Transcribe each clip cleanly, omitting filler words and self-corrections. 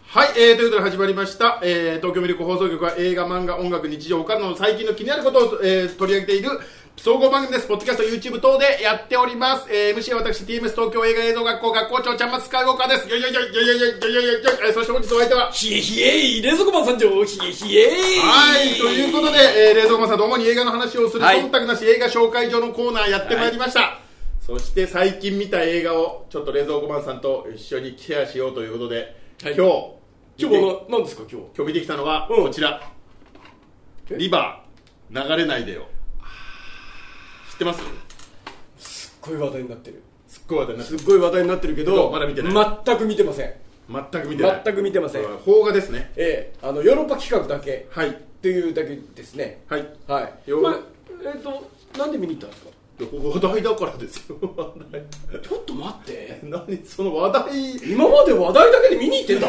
はい、ということで始まりました、東京ミルク放送局は映画、漫画、音楽、日常、他の最近の気になることを、取り上げている総合番組です。ポッドキャスト、YouTube 等でやっております。MC は私 TMS 東京映画映像学校学校長ちゃんまつかごかです。よいよいよいよいよいよいよいよい。そして本日お相手はひえひえ冷蔵庫マン参上ひえひえ。 はい、ということで、冷蔵庫マンさんと主に映画の話をする、忖度なし映画紹介所のコーナーやってまいりました。はい、そして最近見た映画をちょっと冷蔵庫マンさんと一緒にシェアしようということで、はい、今日は何ですか今日見てきたのはこちら、リバー流れないでよ。知ってます？ すっごい話題になってる。 すっごい話題になってるけど、 まだ見てない。 全く見てません。 全く見てません。邦画ですね。 ヨーロッパ企画だけ、 はい、 っていうだけですね。 はいはい。なんで見に行ったんですか？ 話題だからですよ。話題。 ちょっと待って。 何その話題。 今まで話題だけで見に行ってんだ。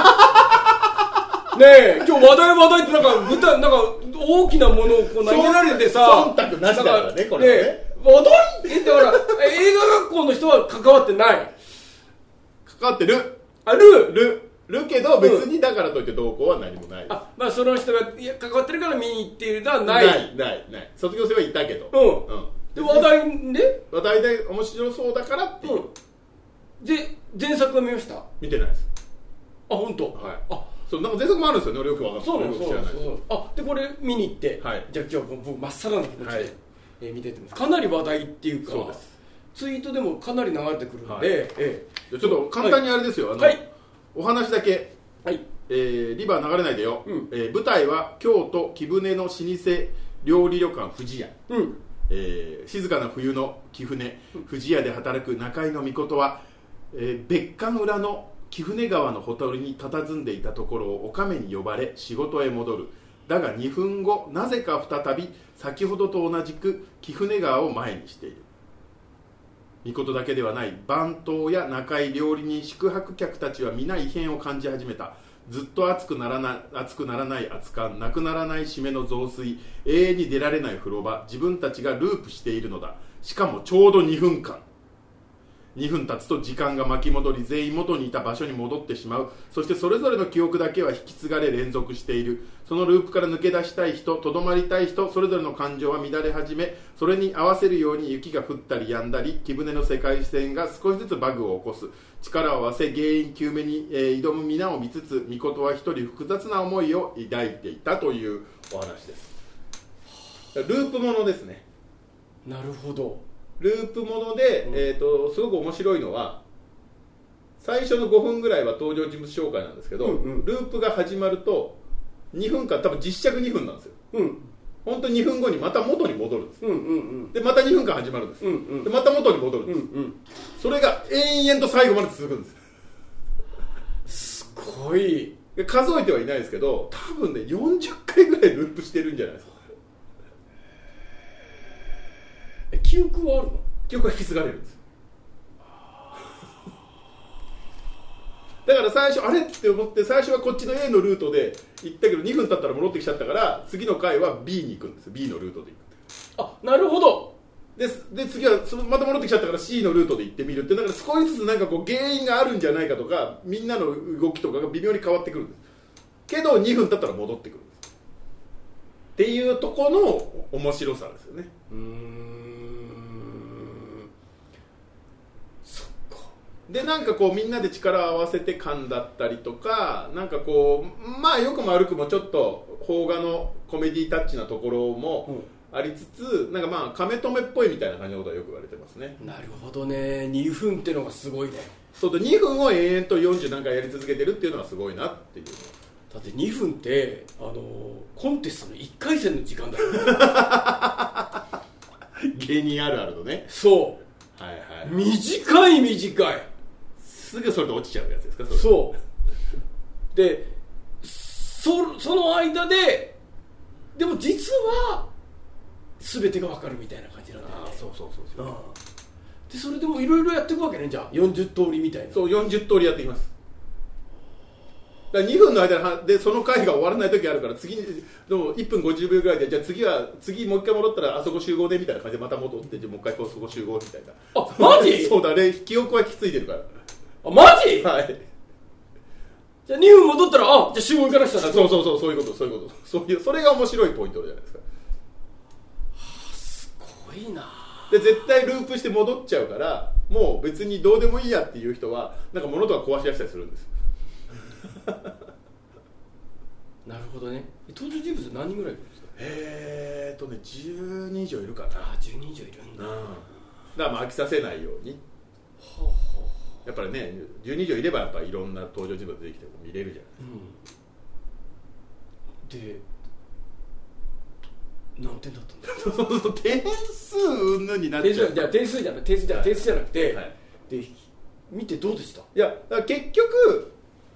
ねえ、今日話題ってなんか舞台なんか大きなものをこう投げられてさ、 忖度なしだからねこれね。 話題だから映画学校の人は関わってない。 関わってる。るけど別にだからといってどうこうは何もない。 まあその人が関わってるから見に行っているのはない。 卒業生はいたけど。 で話題で面白そうだからっていう。 で前作は見ました？ 見てないです。 本当。 はい。そうなんか前作もあるんですよね。俺よく分かんない。 そうでこれ見に行って、じゃあ今日僕真っさらな気持ちで見ててます。かなり話題っていうか、ツイートでもかなり流れてくるので、 ちょっと簡単にあれですよ。お話だけ。リバー流れないでよ。舞台は京都貴船の老舗料理旅館富士屋。静かな冬の貴船富士屋で働く中井の御事は、別館裏の貴船川のほとりに佇んでいたところをおかめに呼ばれ仕事へ戻る。だが2分後なぜか再び先ほどと同じく貴船川を前にしている。御事だけではない。番頭や中井料理人宿泊客たちは皆異変を感じ始めた。ずっと熱くならない熱燗、なくならない締めの雑炊、永遠に出られない風呂場、自分たちがループしているのだ。しかもちょうど2分間。2分経つと時間が巻き戻り、全員元にいた場所に戻ってしまう。そしてそれぞれの記憶だけは引き継がれ連続している。そのループから抜け出したい人、とどまりたい人、それぞれの感情は乱れ始め、それに合わせるように雪が降ったり止んだり、貴船の世界線が少しずつバグを起こす。力を合わせ原因究明に、挑む皆を見つつ、御事は一人複雑な思いを抱いていたというお話です。ループものですね。 なるほど。 ループもので、すごく面白いのは最初の5分ぐらいは登場人物紹介なんですけど、ループが始まると2分間、多分実尺2分なんですよ。本当に2分後にまた元に戻るんです。でまた2分間始まるんです。でまた元に戻るんです。それが延々と最後まで続くんです。 すごい。 数えてはいないですけど、多分ね40回ぐらいループしてるんじゃないですか。 記憶はあるの？ 記憶は引き継がれるんです。だから最初あれって思って最初はこっちの A のルートで行ったけど2分経ったら戻ってきちゃったから次の回は B に行くんです。 B のルートで行く。 なるほど。 で次はまた戻ってきちゃったから C のルートで行ってみるって、だから少しずつなんかこう原因があるんじゃないかとか、みんなの動きとかが微妙に変わってくるんですけど2分経ったら戻ってくるんですっていうとこの面白さですよね。でなんかこうみんなで力を合わせて感だったりとか、なんかこうまあ良くも悪くもちょっと邦画のコメディタッチなところもありつつ、なんかまあ亀止めっぽいみたいな感じのことはよく言われてますね。 なるほどね。2分ってのがすごいね。 そうで2分を延々と40何回やり続けてるっていうのがすごいなっていう。 だって2分ってコンテストの1回戦の時間だよね。 芸人あるあるのね。 そう、短いすぐそれで落ちちゃうやつですか？ そうでその間でも実は全てが分かるみたいな感じなんだよね。 そうでそれでもいろいろやっていくわけね。じゃあ40通りみたいな。 そう40通りやっていきます。だから2分の間でその回が終わらない時あるから、次にでも1分50秒ぐらいで、じゃあ次もう一回戻ったらあそこ集合でみたいな感じでまた戻って、じゃあもう一回そこ集合みたいな。 マジ？ そうだね、記憶は引き継いでるから。 マジ？ はい。 じゃあ2分戻ったら、じゃあ集合行かなくちゃ。 そういうことそれが面白いポイントじゃないですか。 すごいな。 で絶対ループして戻っちゃうから、もう別にどうでもいいやっていう人はなんか物とか壊し出したりするんですよ。 なるほどね。登場人物何人ぐらいいるんですか。 10人以上いるかな。 10人以上いるんだ。 だから飽きさせないように。やっぱりね、10人以上いればやっぱいろんな登場人物できても見れるじゃない、 で何点だったんだ。 点数云々になっちゃう。 点数じゃなくて、で見てどうでした。 いやだから結局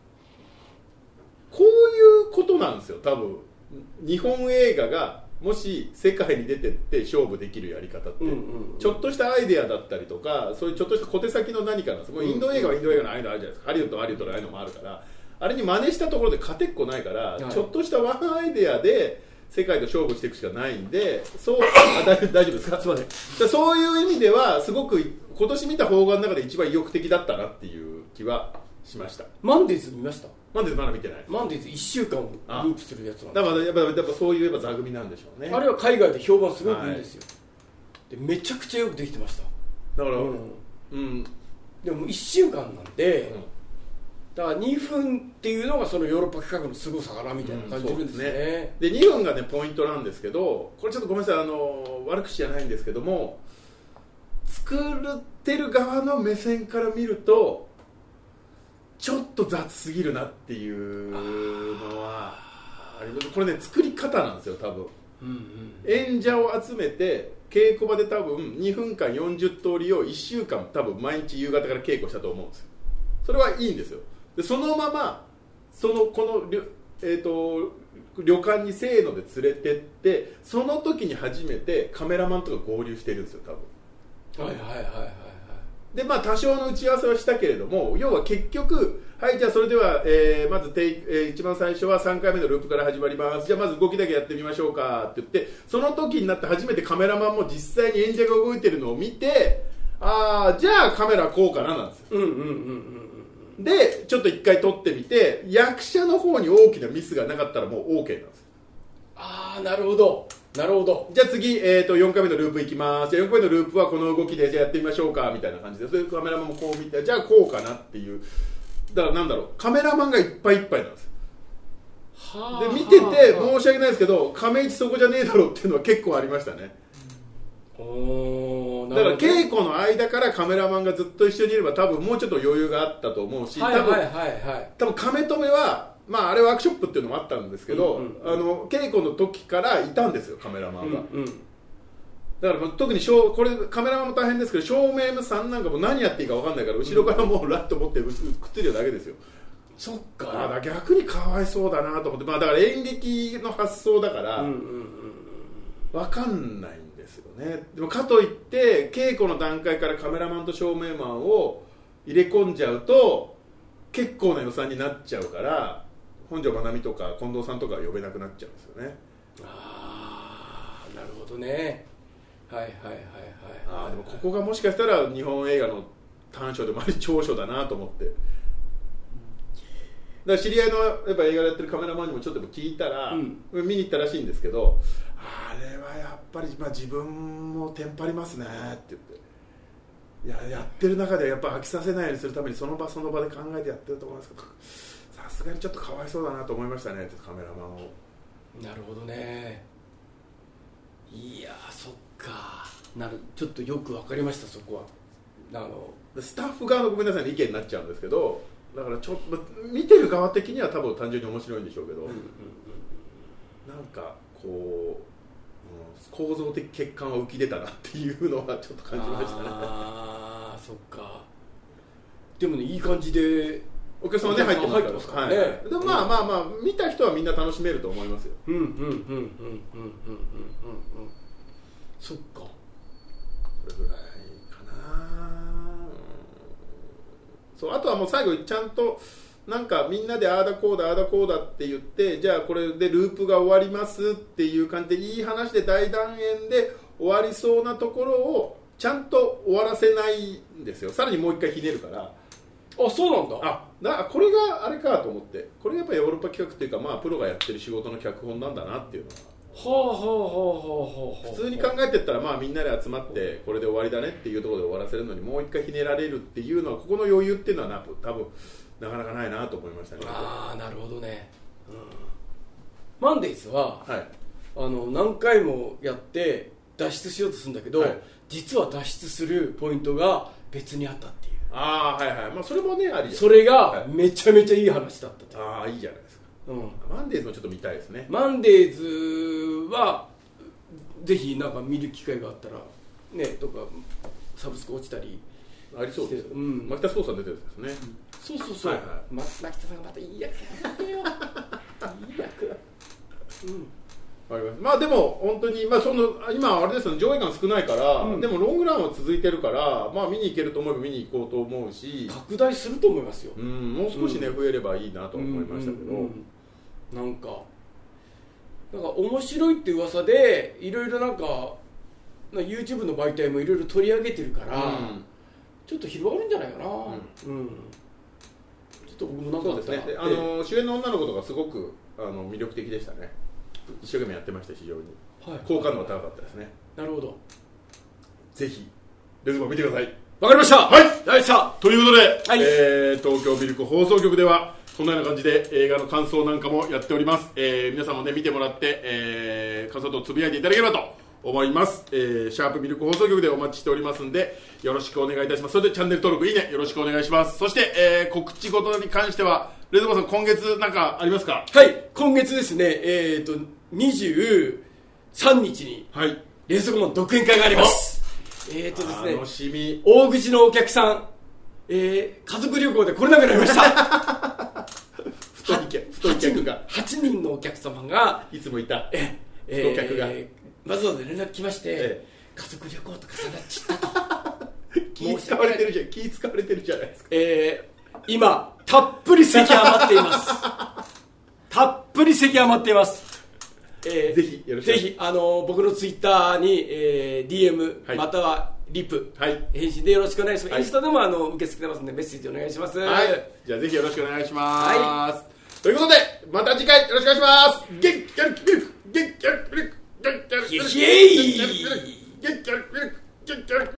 こういうことなんですよ。多分日本映画がもし世界に出てって勝負できるやり方って、ちょっとしたアイデアだったりとか、そういうちょっとした小手先の何かなんです。もうインド映画はインド映画のああいうのあるじゃないですか。ハリウッドはハリウッドのああいうのもあるから、あれに真似したところで勝てっこないから、ちょっとしたワンアイデアで世界と勝負していくしかないんで、大丈夫ですか。 すいません。 そういう意味ではすごく今年見た邦画の中で一番意欲的だったなっていう気はしました。 マンデーズ見ました。 マンデーズまだ見てない。 マンデーズ1週間ループするやつなんだからやっぱそういう座組なんでしょうね。 あれは海外で評判すごくいいんですよ、でめちゃくちゃよくできてました。 だから、 でも1週間なんで、だから2分っていうのがそのヨーロッパ企画の凄さかなみたいな感じるんですね。 で2分がねポイントなんですけど、これちょっとごめんなさい、悪口じゃないんですけども、作ってる側の目線から見るとちょっと雑すぎるなっていうのはあります。これね作り方なんですよ多分、演者を集めて稽古場で多分2分間40通りを1週間多分毎日夕方から稽古したと思うんですよ。それはいいんですよ。でそのままこの旅館にせーので連れてって、その時に初めてカメラマンとか合流してるんですよ多分。で多少の打ち合わせはしたけれども、要は結局じゃあそれでは、まず一番最初は3回目のループから始まります、じゃあまず動きだけやってみましょうかって言って、その時になって初めてカメラマンも実際に演者が動いてるのを見て、じゃあカメラこうかななんですよ。でちょっと一回撮ってみて、役者の方に大きなミスがなかったらもう OK なんです。 なるほど。じゃあ次、4回目のループいきます。じゃあ4回目のループはこの動きでじゃあやってみましょうかみたいな感じで、それでカメラマンもこう見て、じゃあこうかなっていう、だからなんだろう、カメラマンがいっぱいいっぱいなんですよ。で見てて申し訳ないですけど、亀一そこじゃねえだろっていうのは結構ありましたね。だから稽古の間からカメラマンがずっと一緒にいれば多分もうちょっと余裕があったと思うし、多分亀止めはあれワークショップっていうのもあったんですけど、稽古の時からいたんですよカメラマンが。だから特にこれカメラマンも大変ですけど、照明さんなんかも何やっていいか分かんないから、後ろからもうラッと持ってくっついてるだけですよ。 そっか。 逆にかわいそうだなと思って、だから演劇の発想だから分かんないんですよね。でもかといって稽古の段階からカメラマンと照明マンを入れ込んじゃうと結構な予算になっちゃうから、本上まなみとか近藤さんとかは呼べなくなっちゃうんですよね。 なるほどね。でもここがもしかしたら日本映画の短所でもあり長所だなと思って、だから知り合いのやっぱ映画やってるカメラマンにもちょっと聞いたら、見に行ったらしいんですけど、あれはやっぱり、自分もテンパりますねって言って、やってる中でやっぱ飽きさせないようにするためにその場その場で考えてやってると思いますけど、さすがにちょっとかわいそうだなと思いましたねってカメラマンを。 なるほどね。いやそっか。ちょっとよく分かりました。そこはスタッフ側のごめんなさいの意見になっちゃうんですけど、だからちょっと見てる側的には多分単純に面白いんでしょうけど、なんかこう、構造的欠陥は浮き出たなっていうのはちょっと感じましたね。 そっか。でもね、いい感じでお客様ね入ってますからね。でも見た人はみんな楽しめると思いますよ。 そっか。 それぐらいかな。そう、あとはもう最後ちゃんとなんかみんなでああだこうだああだこうだって言って、じゃあこれでループが終わりますっていう感じでいい話で大団円で終わりそうなところをちゃんと終わらせないんですよ。さらにもう一回ひねるから。 あ、そうなんだ。 これがあれかと思って、これがやっぱりヨーロッパ企画っていうか、まあプロがやってる仕事の脚本なんだなっていうのは。普通に考えてったら、まあみんなで集まってこれで終わりだねっていうところで終わらせるのに、もう一回ひねられるっていうのは、ここの余裕っていうのは多分なかなかないなと思いましたね。 ああ、なるほどね。マンデーズは、何回もやって脱出しようとするんだけど、実は脱出するポイントが別にあったっていう。 まあそれもね、あり。 それがめちゃめちゃいい話だったって。 いいじゃないですか。マンデーズもちょっと見たいですね。 マンデーズはぜひなんか見る機会があったらね、とかサブスク落ちたりありそうです。牧田壮さん出てるんですね。 そう。牧田さんがまたいい役やってよ。いい役。 まあでも本当に、まあ今あれですね、上映感少ないから、でもロングランは続いてるから、まあ見に行けると思えば見に行こうと思うし、 拡大すると思いますよ。 もう少しね、増えればいいなと思いましたけど、 なんか面白いって噂でいろいろなんか YouTube の媒体もいろいろ取り上げてるから、ちょっと広がるんじゃないかな。ちょっと僕もなんかそうですね。主演の女の子とかすごく魅力的でしたね。一生懸命やってましたし、非常に好感度が高かったですね。 なるほど。 ぜひレズも見てください。 わかりました。 はい。 ということで、東京ミルク放送局ではこのような感じで映画の感想なんかもやっております。皆さんもね見てもらって、感想とつぶやいていただければと思います。シャープミルク放送局でお待ちしておりますんで、よろしくお願いいたします。それでチャンネル登録いいねよろしくお願いします。そして、告知事に関してはレズボさん、今月なんかありますか？ はい、今月ですね、23日にレズボマン独演会があります。ですね、 楽しみ。 大口のお客さん、家族旅行で来れなくなりました太い客が 8人のお客様がいつもいた太客がわざわざ連絡来まして、家族旅行と重なっちゃったと気使われてるじゃないですか。 今たっぷり席余っていますたっぷり席余っています。 ぜひよろしく。 ぜひ僕のツイッターに、DM、またはリプ、返信でよろしくお願いします。インスタでも受け付けてますのでメッセージお願いします。 じゃあぜひよろしくお願いします。ということでまた次回よろしくお願いします。元気あるミルク、元気あるミルク、元気あるミルク。